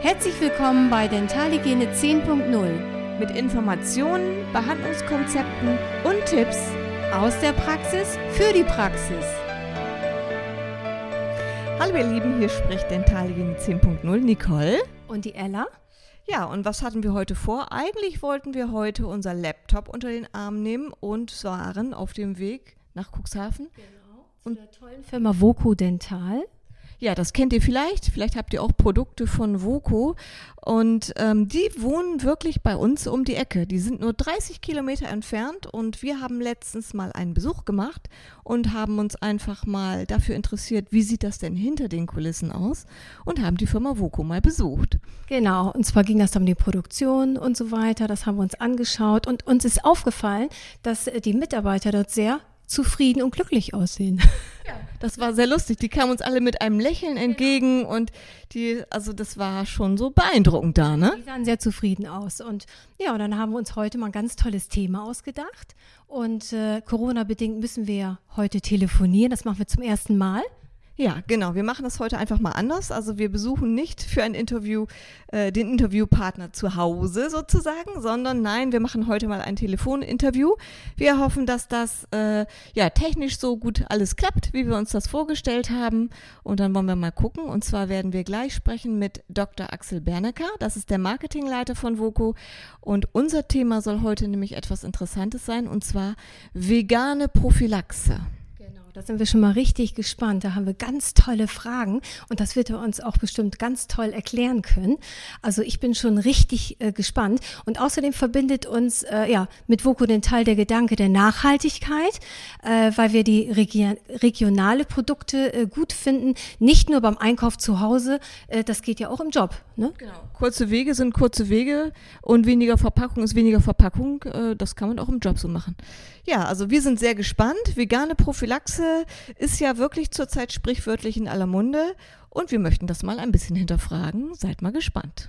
Herzlich willkommen bei Dentalhygiene 10.0 mit Informationen, Behandlungskonzepten und Tipps aus der Praxis für die Praxis. Hallo ihr Lieben, hier spricht Dentalhygiene 10.0 Nicole und die Ella. Ja, und was hatten wir heute vor? Eigentlich wollten wir heute unser Laptop unter den Arm nehmen und waren auf dem Weg nach Cuxhaven. Genau, zu der tollen Firma Voco Dental. Ja, das kennt ihr vielleicht. Vielleicht habt ihr auch Produkte von Voco. Und die wohnen wirklich bei uns um die Ecke. Die sind nur 30 Kilometer entfernt. Und wir haben letztens mal einen Besuch gemacht und haben uns einfach mal dafür interessiert, wie sieht das denn hinter den Kulissen aus? Und haben die Firma Voco mal besucht. Genau, und zwar ging das um die Produktion und so weiter. Das haben wir uns angeschaut. Und uns ist aufgefallen, dass die Mitarbeiter dort sehr zufrieden und glücklich aussehen. Ja, das war sehr lustig. Die kamen uns alle mit einem Lächeln entgegen und das war schon so beeindruckend da, ne? Die sahen sehr zufrieden aus. Und ja, und dann haben wir uns heute mal ein ganz tolles Thema ausgedacht. Und Corona-bedingt müssen wir ja heute telefonieren. Das machen wir zum ersten Mal. Ja, genau. Wir machen das heute einfach mal anders. Also wir besuchen nicht für ein Interview den Interviewpartner zu Hause sozusagen, sondern nein, wir machen heute mal ein Telefoninterview. Wir hoffen, dass das technisch so gut alles klappt, wie wir uns das vorgestellt haben. Und dann wollen wir mal gucken. Und zwar werden wir gleich sprechen mit Dr. Axel Bernecker. Das ist der Marketingleiter von Voco. Und unser Thema soll heute nämlich etwas Interessantes sein, und zwar vegane Prophylaxe. Da sind wir schon mal richtig gespannt. Da haben wir ganz tolle Fragen und das wird er uns auch bestimmt ganz toll erklären können. Also ich bin schon richtig gespannt. Und außerdem verbindet uns mit Voco Dental der Gedanke der Nachhaltigkeit, weil wir die regionale Produkte gut finden. Nicht nur beim Einkauf zu Hause, das geht ja auch im Job. Ne? Genau. Kurze Wege sind kurze Wege und weniger Verpackung ist weniger Verpackung. Das kann man auch im Job so machen. Ja, also wir sind sehr gespannt. Vegane Prophylaxe ist ja wirklich zurzeit sprichwörtlich in aller Munde und wir möchten das mal ein bisschen hinterfragen. Seid mal gespannt.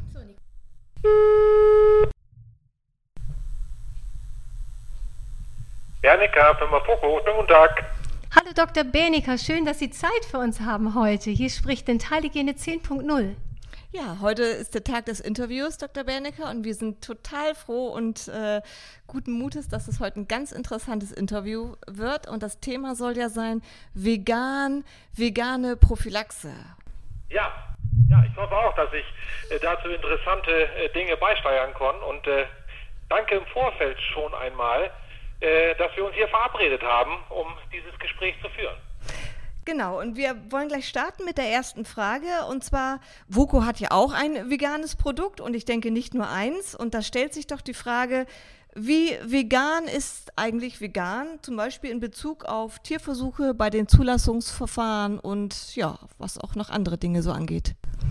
Bernecker, Firma Voco, schönen guten Tag. Hallo Dr. Bernecker, schön, dass Sie Zeit für uns haben heute. Hier spricht Dentalhygiene 10.0. Ja, heute ist der Tag des Interviews, Dr. Bernecker, und wir sind total froh und guten Mutes, dass es heute ein ganz interessantes Interview wird. Und das Thema soll ja sein, vegane Prophylaxe. Ja, ich hoffe auch, dass ich dazu interessante Dinge beisteuern kann. Und danke im Vorfeld schon einmal, dass wir uns hier verabredet haben, um dieses Gespräch zu führen. Genau, und wir wollen gleich starten mit der ersten Frage, und zwar, Voco hat ja auch ein veganes Produkt und ich denke nicht nur eins, und da stellt sich doch die Frage, wie vegan ist eigentlich vegan, zum Beispiel in Bezug auf Tierversuche bei den Zulassungsverfahren und ja, was auch noch andere Dinge so angeht?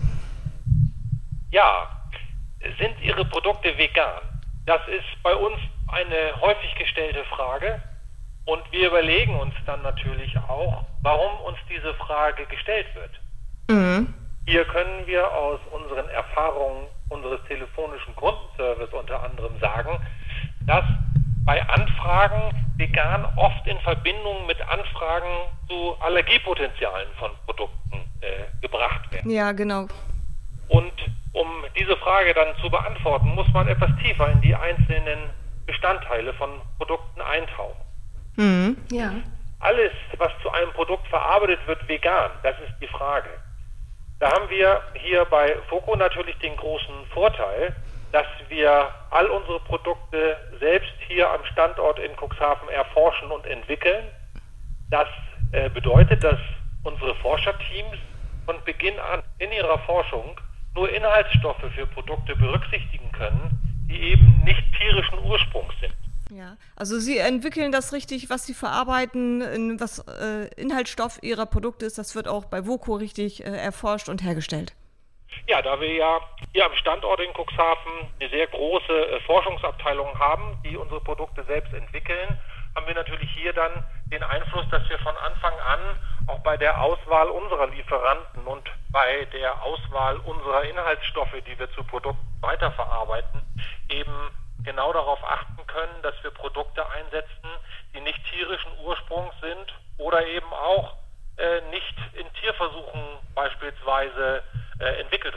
Ja, sind Ihre Produkte vegan? Das ist bei uns eine häufig gestellte Frage. Und wir überlegen uns dann natürlich auch, warum uns diese Frage gestellt wird. Mhm. Hier können wir aus unseren Erfahrungen unseres telefonischen Kundenservice unter anderem sagen, dass bei Anfragen vegan oft in Verbindung mit Anfragen zu Allergiepotenzialen von Produkten gebracht werden. Ja, genau. Und um diese Frage dann zu beantworten, muss man etwas tiefer in die einzelnen Bestandteile von Produkten eintauchen. Mhm. Ja. Alles, was zu einem Produkt verarbeitet wird, vegan, das ist die Frage. Da haben wir hier bei Voco natürlich den großen Vorteil, dass wir all unsere Produkte selbst hier am Standort in Cuxhaven erforschen und entwickeln. Das bedeutet, dass unsere Forscherteams von Beginn an in ihrer Forschung nur Inhaltsstoffe für Produkte berücksichtigen können, die eben nicht tierischen Ursprungs sind. Ja, also Sie entwickeln das richtig, was Sie verarbeiten, was Inhaltsstoff Ihrer Produkte ist, das wird auch bei Voco richtig erforscht und hergestellt. Ja, da wir ja hier am Standort in Cuxhaven eine sehr große Forschungsabteilung haben, die unsere Produkte selbst entwickeln, haben wir natürlich hier dann den Einfluss, dass wir von Anfang an auch bei der Auswahl unserer Lieferanten und bei der Auswahl unserer Inhaltsstoffe, die wir zu Produkten weiterverarbeiten, eben genau darauf achten können, dass wir Produkte einsetzen, die nicht tierischen Ursprungs sind oder eben auch nicht in Tierversuchen beispielsweise entwickelt worden.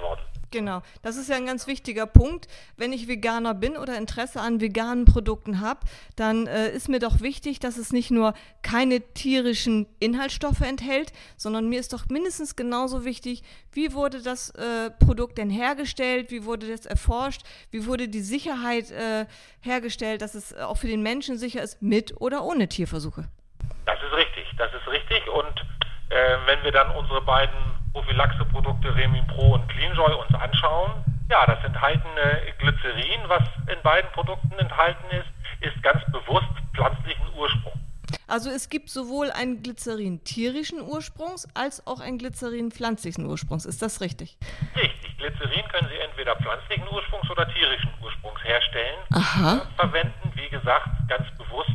Genau, das ist ja ein ganz wichtiger Punkt. Wenn ich Veganer bin oder Interesse an veganen Produkten habe, dann ist mir doch wichtig, dass es nicht nur keine tierischen Inhaltsstoffe enthält, sondern mir ist doch mindestens genauso wichtig, wie wurde das Produkt denn hergestellt, wie wurde das erforscht, wie wurde die Sicherheit hergestellt, dass es auch für den Menschen sicher ist, mit oder ohne Tierversuche. Das ist richtig. Und wenn wir dann unsere beiden Prophylaxe-Produkte Remin Pro und CleanJoy uns anschauen, ja, das enthaltene Glycerin, was in beiden Produkten enthalten ist ganz bewusst pflanzlichen Ursprungs. Also es gibt sowohl ein Glycerin tierischen Ursprungs als auch ein Glycerin pflanzlichen Ursprungs. Ist das richtig? Richtig. Glycerin können Sie entweder pflanzlichen Ursprungs oder tierischen Ursprungs herstellen. Aha. Verwenden, wie gesagt, ganz bewusst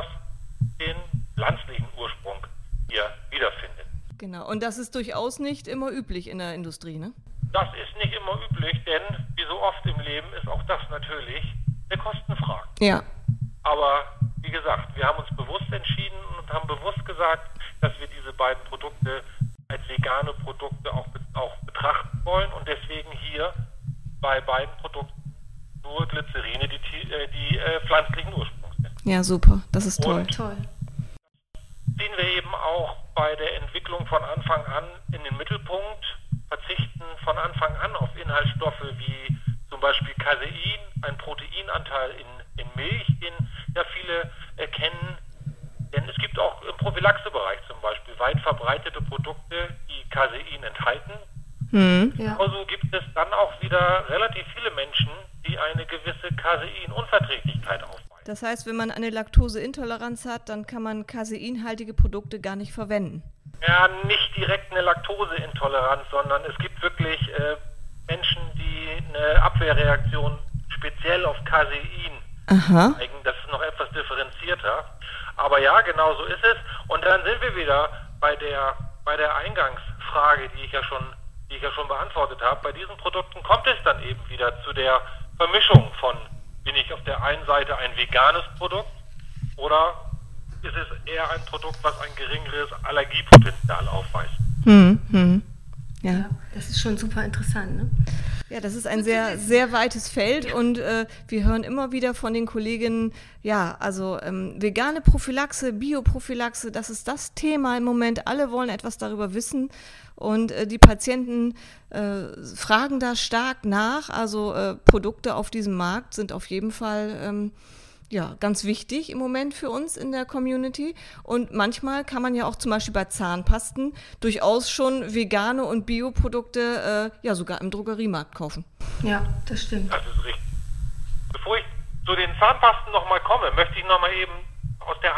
den pflanzlichen Ursprung hier wiederfindet. Genau, und das ist durchaus nicht immer üblich in der Industrie, ne? Das ist nicht immer üblich, denn wie so oft im Leben ist auch das natürlich eine Kostenfrage. Ja. Aber wie gesagt, wir haben uns bewusst entschieden und haben bewusst gesagt, dass wir diese beiden Produkte als vegane Produkte auch betrachten wollen und deswegen hier bei beiden Produkten nur Glycerine, die pflanzlichen Ursprungs sind. Ja, super, das ist toll. Und Toll. ziehen wir eben auch bei der Entwicklung von Anfang an in den Mittelpunkt, verzichten von Anfang an auf Inhaltsstoffe wie zum Beispiel Casein, ein Proteinanteil in Milch, den ja viele kennen. Denn es gibt auch im Prophylaxebereich zum Beispiel weit verbreitete Produkte, die Casein enthalten. Ja. Also gibt es dann auch wieder relativ viele Menschen, die eine gewisse Caseinunverträglichkeit aufweisen. Das heißt, wenn man eine Laktoseintoleranz hat, dann kann man caseinhaltige Produkte gar nicht verwenden. Ja, nicht direkt eine Laktoseintoleranz, sondern es gibt wirklich Menschen, die eine Abwehrreaktion speziell auf Casein zeigen. Das ist noch etwas differenzierter. Aber ja, genau so ist es. Und dann sind wir wieder bei der Eingangsfrage, die ich ja schon beantwortet habe. Bei diesen Produkten kommt es dann eben wieder zu der Vermischung von, bin ich auf der einen Seite ein veganes Produkt oder ist es eher ein Produkt, was ein geringeres Allergiepotenzial aufweist. Ja. Das ist schon super interessant, ne? Ja, das ist ein sehr, sehr weites Feld und wir hören immer wieder von den Kolleginnen, vegane Prophylaxe, Bioprophylaxe, das ist das Thema im Moment. Alle wollen etwas darüber wissen und die Patienten fragen da stark nach. Also Produkte auf diesem Markt sind auf jeden Fall ganz wichtig im Moment für uns in der Community. Und manchmal kann man ja auch zum Beispiel bei Zahnpasten durchaus schon vegane und Bioprodukte sogar im Drogeriemarkt kaufen. Ja, das stimmt. Das ist richtig. Bevor ich zu den Zahnpasten nochmal komme, möchte ich nochmal eben aus der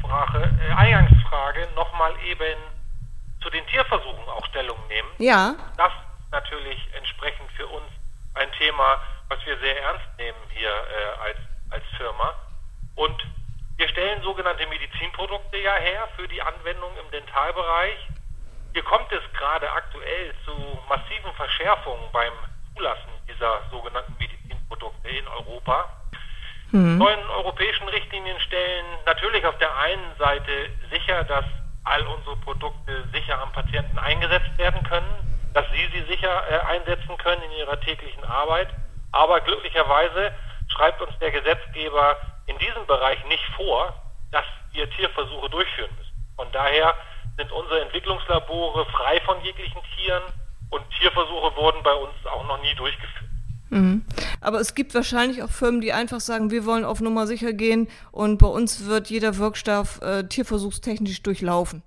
Eingangsfrage nochmal eben zu den Tierversuchen auch Stellung nehmen. Ja. Das ist natürlich entsprechend für uns ein Thema, was wir sehr ernst nehmen hier als Firma. Und wir stellen sogenannte Medizinprodukte ja her für die Anwendung im Dentalbereich. Hier kommt es gerade aktuell zu massiven Verschärfungen beim Zulassen dieser sogenannten Medizinprodukte in Europa. Neuen europäischen Richtlinien stellen natürlich auf der einen Seite sicher, dass all unsere Produkte sicher am Patienten eingesetzt werden können, dass sie sicher einsetzen können in ihrer täglichen Arbeit. Aber glücklicherweise schreibt uns der Gesetzgeber in diesem Bereich nicht vor, dass wir Tierversuche durchführen müssen. Von daher sind unsere Entwicklungslabore frei von jeglichen Tieren und Tierversuche wurden bei uns auch noch nie durchgeführt. Aber es gibt wahrscheinlich auch Firmen, die einfach sagen, wir wollen auf Nummer sicher gehen und bei uns wird jeder Wirkstoff tierversuchstechnisch durchlaufen.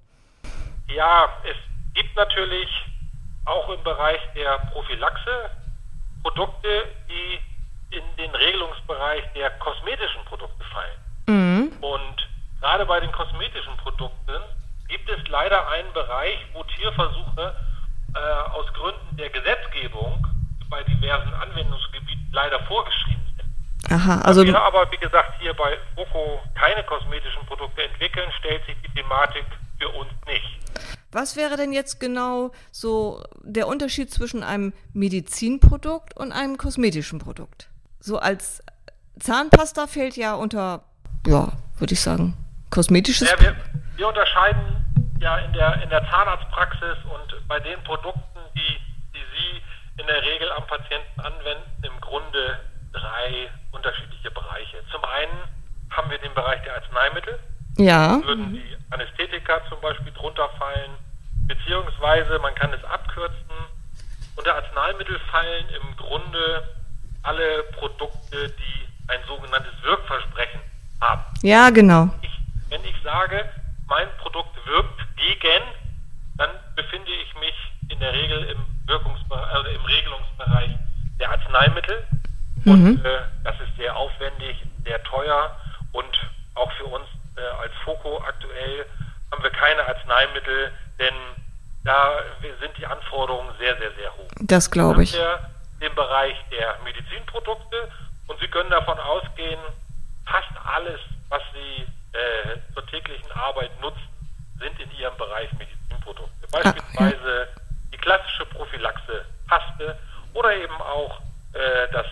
Ja, es gibt natürlich auch im Bereich der Prophylaxe Produkte, die in den Regelungsbereich der kosmetischen Produkte fallen. Und gerade bei den kosmetischen Produkten gibt es leider einen Bereich, wo Tierversuche aus Gründen der Gesetzgebung bei diversen Anwendungsgebieten leider vorgeschrieben sind. Aha, also da wir aber, wie gesagt, hier bei Foco keine kosmetischen Produkte entwickeln, stellt sich die Thematik für uns nicht. Was wäre denn jetzt genau so der Unterschied zwischen einem Medizinprodukt und einem kosmetischen Produkt? So als Zahnpasta fällt ja unter, würde ich sagen, kosmetisches. Ja, wir unterscheiden ja in der Zahnarztpraxis und bei den Produkten, die Sie in der Regel am Patienten anwenden, im Grunde 3 unterschiedliche Bereiche. Zum einen haben wir den Bereich der Arzneimittel. Ja. Würden die Anästhetika zum Beispiel drunter fallen, beziehungsweise man kann es abkürzen. Unter Arzneimittel fallen im Grunde alle Produkte, die ein sogenanntes Wirkversprechen haben. Ja, genau. Wenn ich sage, mein Produkt wirkt gegen, dann befinde ich mich in der Regel im Regelungsbereich der Arzneimittel. Und das ist sehr aufwendig, sehr teuer und auch für uns als FOCO aktuell haben wir keine Arzneimittel, denn da sind die Anforderungen sehr, sehr, sehr hoch. Das glaube ich. Dann haben wir den Bereich der Medizinprodukte und Sie können davon ausgehen, fast alles, was Sie zur täglichen Arbeit nutzen, sind in Ihrem Bereich Medizinprodukte. Beispielsweise die klassische Prophylaxe-Paste oder eben auch das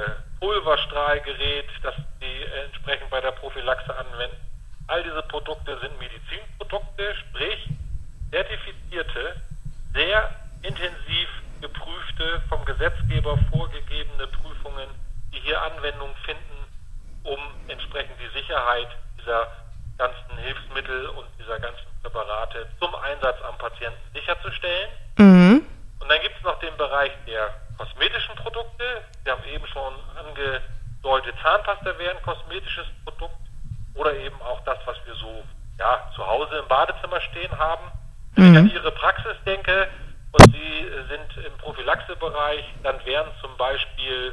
Pulverstrahlgerät, das Sie entsprechend bei der Prophylaxe anwenden. All diese Produkte sind Medizinprodukte, sprich zertifizierte, sehr intensiv geprüfte, vom Gesetzgeber vorgegebene Prüfungen, die hier Anwendung finden, um entsprechend die Sicherheit dieser ganzen Hilfsmittel und dieser ganzen Präparate zum Einsatz am Patienten sicherzustellen. Und dann gibt es noch den Bereich der kosmetischen Produkte. Wir haben eben schon angedeutet, Zahnpasta wäre ein kosmetisches Produkt oder eben auch das, was wir so zu Hause im Badezimmer stehen haben. Wenn ich an Ihre Praxis denke und Sie sind im Prophylaxe-Bereich, dann wären zum Beispiel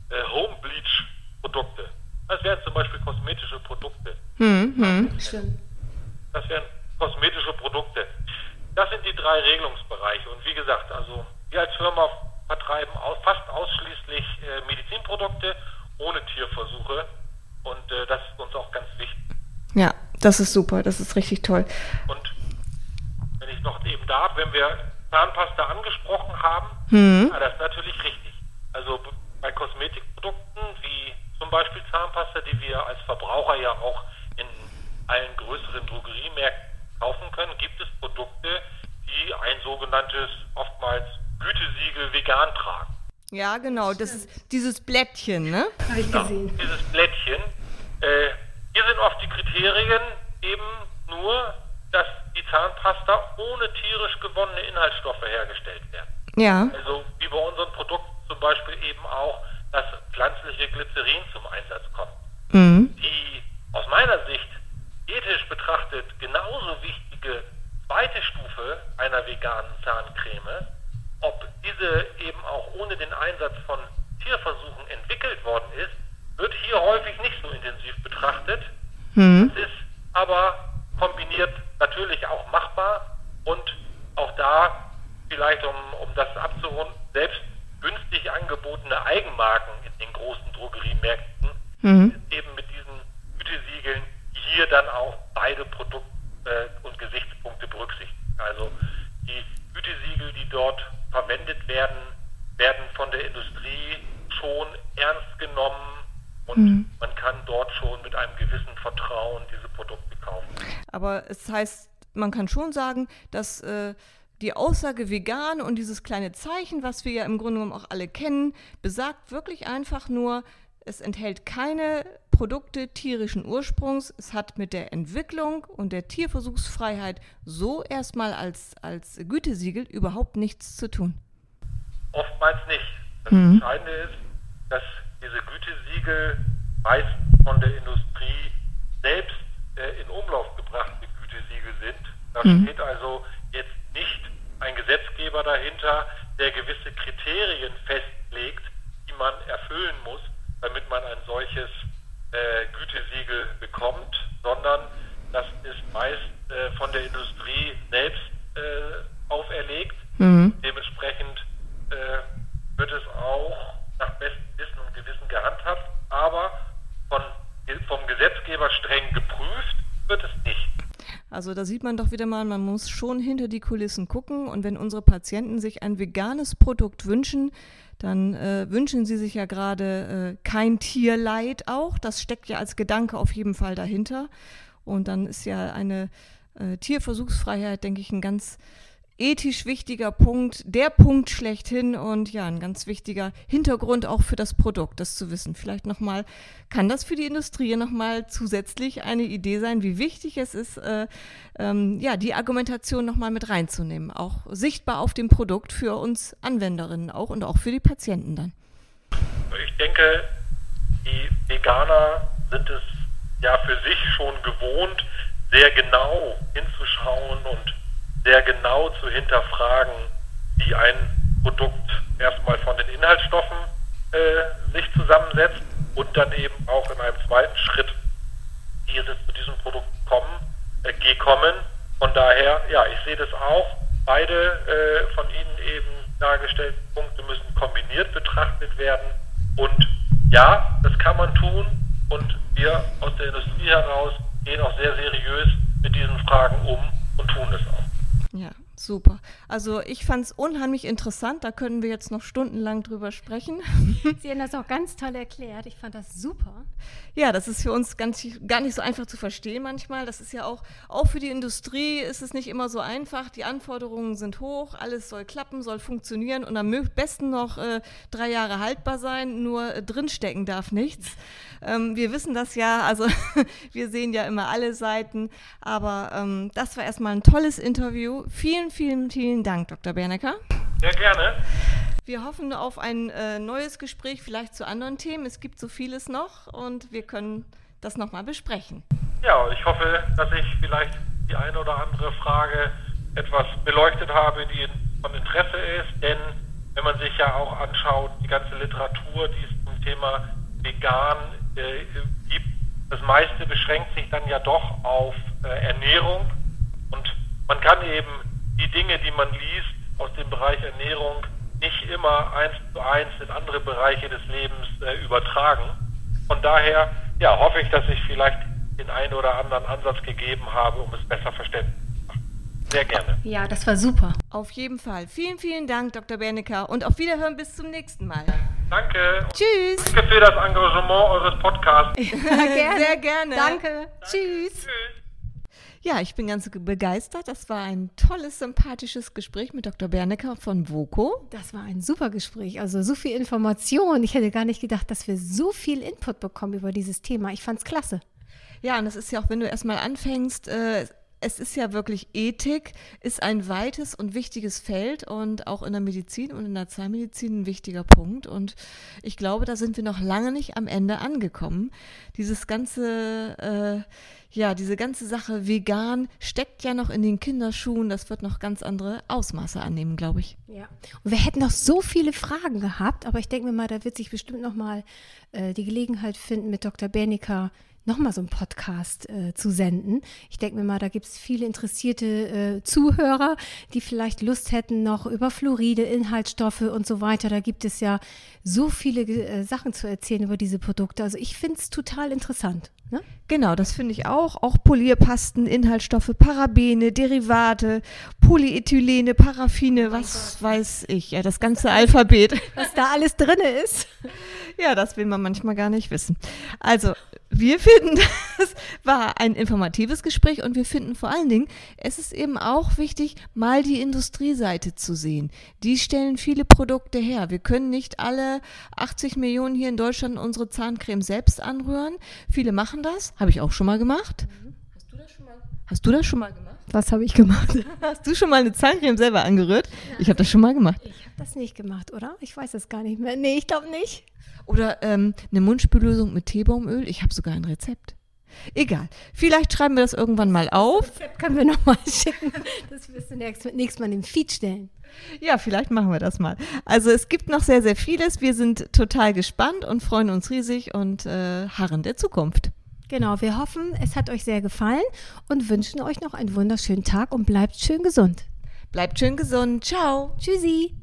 Home-Bleach-Produkte. Das wären zum Beispiel kosmetische Produkte. Stimmt. Das wären kosmetische Produkte. Das sind die 3 Regelungsbereiche. Und wie gesagt, also wir als Firma vertreiben fast ausschließlich Medizinprodukte ohne Tierversuche. Und das ist uns auch ganz wichtig. Ja, das ist super. Das ist richtig toll. Und wenn ich noch eben darf, wenn wir Zahnpasta angesprochen haben, das ist natürlich richtig. Also bei Kosmetikprodukten wie zum Beispiel Zahnpasta, die wir als Verbraucher ja auch in allen größeren Drogeriemärkten kaufen können, gibt es Produkte, die ein sogenanntes, oftmals Gütesiegel vegan tragen. Ja, genau, das ist dieses Blättchen, ne? Habe ich gesehen. Dieses Blättchen. Hier sind oft die Kriterien eben nur, dass die Zahnpasta ohne tierisch gewonnene Inhaltsstoffe hergestellt werden. Ja. Also wie bei unseren Produkten zum Beispiel eben auch das pflanzliche Glycerin zum Einsatz kommt. Die aus meiner Sicht ethisch betrachtet genauso wichtige zweite Stufe einer veganen Zahncreme, ob diese eben auch ohne den Einsatz von Tierversuchen entwickelt worden ist, wird hier häufig nicht so intensiv betrachtet. Es ist aber kombiniert natürlich auch machbar und auch da vielleicht, um das abzurunden, selbst günstig angebotene Eigenmarken in den großen Drogeriemärkten eben mit diesen Gütesiegeln hier dann auch beide Produkt- und Gesichtspunkte berücksichtigen. Also die Gütesiegel, die dort verwendet werden, werden von der Industrie schon ernst genommen und man kann dort schon mit einem gewissen Vertrauen diese Produkte kaufen. Aber es heißt, man kann schon sagen, dass die Aussage vegan und dieses kleine Zeichen, was wir ja im Grunde genommen auch alle kennen, besagt wirklich einfach nur, es enthält keine Produkte tierischen Ursprungs. Es hat mit der Entwicklung und der Tierversuchsfreiheit so erstmal als Gütesiegel überhaupt nichts zu tun. Oftmals nicht. Das Entscheidende ist, dass diese Gütesiegel meist von der Industrie selbst in Umlauf gebrachte Gütesiegel sind. Da steht also jetzt nicht ein Gesetzgeber dahinter, der gewisse Kriterien festlegt, die man erfüllen muss, damit man ein solches Gütesiegel bekommt, sondern das ist meist von der Industrie selbst auferlegt. Dementsprechend wird es auch nach bestem Wissen und Gewissen gehandhabt, aber vom Gesetzgeber streng geprüft wird es nicht. Also da sieht man doch wieder mal, man muss schon hinter die Kulissen gucken und wenn unsere Patienten sich ein veganes Produkt wünschen, dann wünschen sie sich ja gerade kein Tierleid auch. Das steckt ja als Gedanke auf jeden Fall dahinter. Und dann ist ja eine Tierversuchsfreiheit, denke ich, ein ganz ethisch wichtiger Punkt, der Punkt schlechthin und ja, ein ganz wichtiger Hintergrund auch für das Produkt, das zu wissen. Vielleicht nochmal, kann das für die Industrie nochmal zusätzlich eine Idee sein, wie wichtig es ist, die Argumentation nochmal mit reinzunehmen, auch sichtbar auf dem Produkt für uns Anwenderinnen auch und auch für die Patienten dann. Ich denke, die Veganer sind es ja für sich schon gewohnt, sehr genau hinzuschauen und sehr genau zu hinterfragen, wie ein Produkt erstmal von den Inhaltsstoffen sich zusammensetzt und dann eben auch in einem zweiten Schritt, wie ist es zu diesem Produkt gekommen. Von daher, ja, ich sehe das auch. Beide von Ihnen eben dargestellten Punkte müssen kombiniert betrachtet werden. Und ja, das kann man tun. Und wir aus der Industrie heraus gehen auch sehr seriös mit diesen Fragen um und tun es auch. Ja, super. Also ich fand es unheimlich interessant, da können wir jetzt noch stundenlang drüber sprechen. Sie haben das auch ganz toll erklärt, ich fand das super. Ja, das ist für uns gar nicht so einfach zu verstehen manchmal. Das ist ja auch für die Industrie ist es nicht immer so einfach. Die Anforderungen sind hoch, alles soll klappen, soll funktionieren und am besten noch 3 Jahre haltbar sein, nur drinstecken darf nichts. Wir wissen das ja, also wir sehen ja immer alle Seiten, aber das war erstmal ein tolles Interview. Vielen, vielen, vielen Dank, Dr. Bernecker. Sehr gerne. Wir hoffen auf ein neues Gespräch, vielleicht zu anderen Themen. Es gibt so vieles noch und wir können das nochmal besprechen. Ja, und ich hoffe, dass ich vielleicht die eine oder andere Frage etwas beleuchtet habe, die von Interesse ist. Denn wenn man sich ja auch anschaut, die ganze Literatur, die es zum Thema vegan gibt, das meiste beschränkt sich dann ja doch auf Ernährung. Und man kann eben die Dinge, die man liest aus dem Bereich Ernährung, nicht immer 1:1 in andere Bereiche des Lebens übertragen. Von daher hoffe ich, dass ich vielleicht den einen oder anderen Ansatz gegeben habe, um es besser verständlich zu machen. Sehr gerne. Ja, das war super. Auf jeden Fall. Vielen, vielen Dank, Dr. Bernecker. Und auf Wiederhören bis zum nächsten Mal. Danke. Tschüss. Danke für das Engagement eures Podcasts. Gerne. Sehr gerne. Danke. Tschüss. Tschüss. Ja, ich bin ganz begeistert. Das war ein tolles, sympathisches Gespräch mit Dr. Bernecker von VOCO. Das war ein super Gespräch, also so viel Information. Ich hätte gar nicht gedacht, dass wir so viel Input bekommen über dieses Thema. Ich fand's klasse. Ja, und das ist ja auch, wenn du erstmal anfängst, es ist ja wirklich Ethik, ist ein weites und wichtiges Feld und auch in der Medizin und in der Zahnmedizin ein wichtiger Punkt. Und ich glaube, da sind wir noch lange nicht am Ende angekommen. Diese ganze Sache vegan steckt ja noch in den Kinderschuhen. Das wird noch ganz andere Ausmaße annehmen, glaube ich. Ja. Und wir hätten noch so viele Fragen gehabt, aber ich denke mir mal, da wird sich bestimmt noch mal die Gelegenheit finden, mit Dr. Bernecker nochmal so einen Podcast zu senden. Ich denke mir mal, da gibt es viele interessierte Zuhörer, die vielleicht Lust hätten noch über Fluoride, Inhaltsstoffe und so weiter. Da gibt es ja so viele Sachen zu erzählen über diese Produkte. Also ich finde es total interessant. Ne? Genau, das finde ich auch. Auch Polierpasten, Inhaltsstoffe, Parabene, Derivate, Polyethylene, Paraffine, was weiß ich. Ja, das ganze Alphabet. Was da alles drin ist. Ja, das will man manchmal gar nicht wissen. Also, wir finden, das war ein informatives Gespräch und wir finden vor allen Dingen, es ist eben auch wichtig, mal die Industrieseite zu sehen. Die stellen viele Produkte her. Wir können nicht alle 80 Millionen hier in Deutschland unsere Zahncreme selbst anrühren. Viele machen das. Habe ich auch schon mal gemacht. Hast du das schon mal gemacht? Was habe ich gemacht? Hast du schon mal eine Zahncreme selber angerührt? Ich habe das schon mal gemacht. Ich habe das nicht gemacht, oder? Ich weiß es gar nicht mehr. Nee, ich glaube nicht. Oder eine Mundspüllösung mit Teebaumöl. Ich habe sogar ein Rezept. Egal. Vielleicht schreiben wir das irgendwann mal auf. Das Rezept können wir nochmal schicken. Das wirst du nächstes Mal in den Feed stellen. Ja, vielleicht machen wir das mal. Also es gibt noch sehr, sehr vieles. Wir sind total gespannt und freuen uns riesig und harren der Zukunft. Genau, wir hoffen, es hat euch sehr gefallen und wünschen euch noch einen wunderschönen Tag und bleibt schön gesund. Bleibt schön gesund. Ciao. Tschüssi.